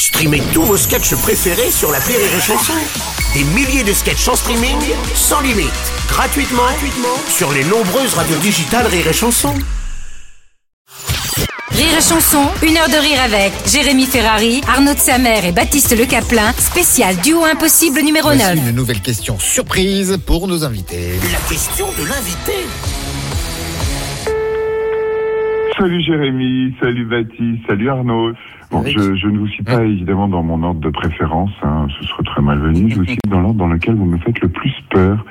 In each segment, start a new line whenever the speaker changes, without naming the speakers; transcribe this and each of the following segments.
Streamez tous vos sketchs préférés sur l'appli Rire et Chanson. Des milliers de sketchs en streaming, sans limite, gratuitement sur les nombreuses radios digitales Rire et Chanson.
Rire et Chanson, 1 heure de rire avec Jérémy Ferrari, Arnaud de Samer et Baptiste Le Caplin, spécial duo impossible numéro 9.
Voici une nouvelle question surprise pour nos invités.
La question de l'invité.
Salut Jérémy, salut Baptiste, salut Arnaud. Bon, je ne vous cite pas évidemment dans mon ordre de préférence, ce serait très malvenu. Je vous cite dans l'ordre dans lequel vous me faites le plus peur.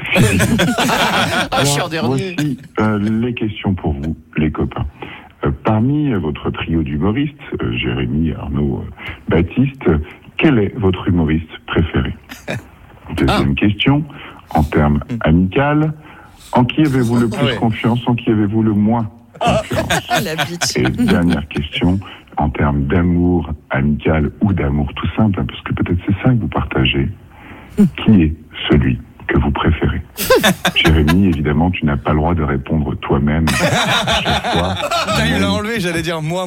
Voici les questions pour vous, les copains. Parmi votre trio d'humoristes, Jérémy, Arnaud, Baptiste, quel est votre humoriste préféré? Deuxième question, en termes amical, en qui avez-vous le plus confiance, en qui avez-vous le moins confiance? Et dernière question, en termes d'amour amical ou d'amour tout simple, parce que peut-être c'est ça que vous partagez, qui est celui que vous préférez? Jérémy, évidemment, tu n'as pas le droit de répondre toi-même chaque fois.
Il l'a enlevé, j'allais dire moi.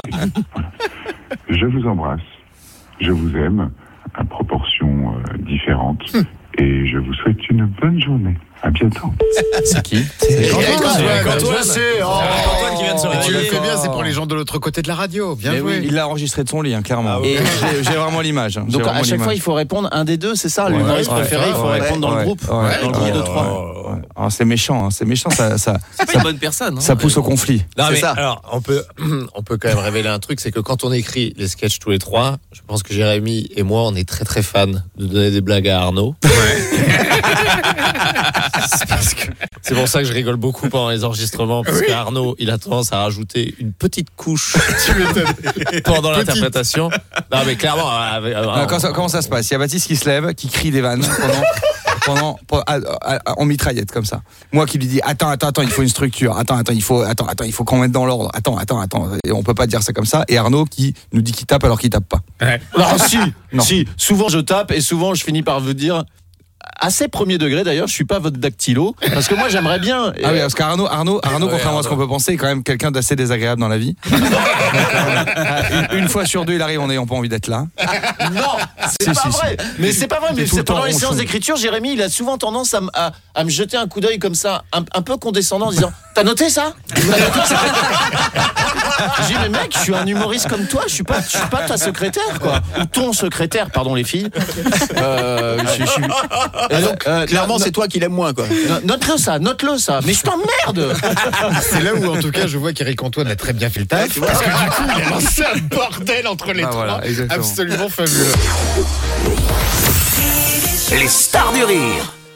Je vous embrasse, je vous aime à proportions différentes et je vous souhaite une bonne journée. À bientôt.
C'est qui?
C'est Antoine.
Antoine qui vient de se réveiller.
Tu le fais bien, c'est pour les gens de l'autre côté de la radio. Bien joué.
Il l'a enregistré de son lit, clairement. Et j'ai vraiment l'image.
Donc à chaque fois, il faut répondre un des deux, c'est ça, l'humoriste préféré, il faut répondre dans le groupe, dans le groupe de 3.
C'est méchant, ça.
C'est pas une bonne personne.
Ça pousse au conflit.
Non, mais
ça.
alors, on peut quand même révéler un truc, c'est que quand on écrit les sketchs tous les trois, je pense que Jérémy et moi, on est très très fans de donner des blagues à Arnaud. C'est pour ça que je rigole beaucoup pendant les enregistrements, parce qu'Arnaud, il a tendance à rajouter une petite couche pendant l'interprétation. Non, mais clairement.
Comment ça se passe? Il y a Baptiste qui se lève, qui crie des vannes en mitraillette comme ça. Moi qui lui dis attends, il faut une structure. Attends, il faut qu'on mette dans l'ordre. Attends, et on peut pas dire ça comme ça. Et Arnaud qui nous dit qu'il tape alors qu'il tape pas.
Non, si, souvent je tape et souvent je finis par vous dire. Assez premier degré d'ailleurs, je suis pas votre dactylo parce que moi j'aimerais bien.
Ah oui, parce qu'Arnaud, contrairement à ce qu'on peut penser, est quand même quelqu'un d'assez désagréable dans la vie. Une fois sur deux, il arrive en n'ayant pas envie d'être là.
Non, c'est pas vrai. Mais c'est pas vrai. Mais c'est pendant les séances d'écriture, Jérémy, il a souvent tendance à me jeter un coup d'œil comme ça, un peu condescendant, en disant t'as noté ça? J'ai dit mais mec, je suis un humoriste comme toi, je suis pas ta secrétaire quoi, ou ton secrétaire, pardon les filles.
Clairement, c'est toi qui l'aimes moins, quoi.
Note-le ça. Mais je t'emmerde.
C'est là où, en tout cas, je vois qu'Éric Antoine a très bien fait le taf. Parce que du coup, il a lancé un bordel entre les trois.
Voilà,
absolument fabuleux.
Les stars du rire.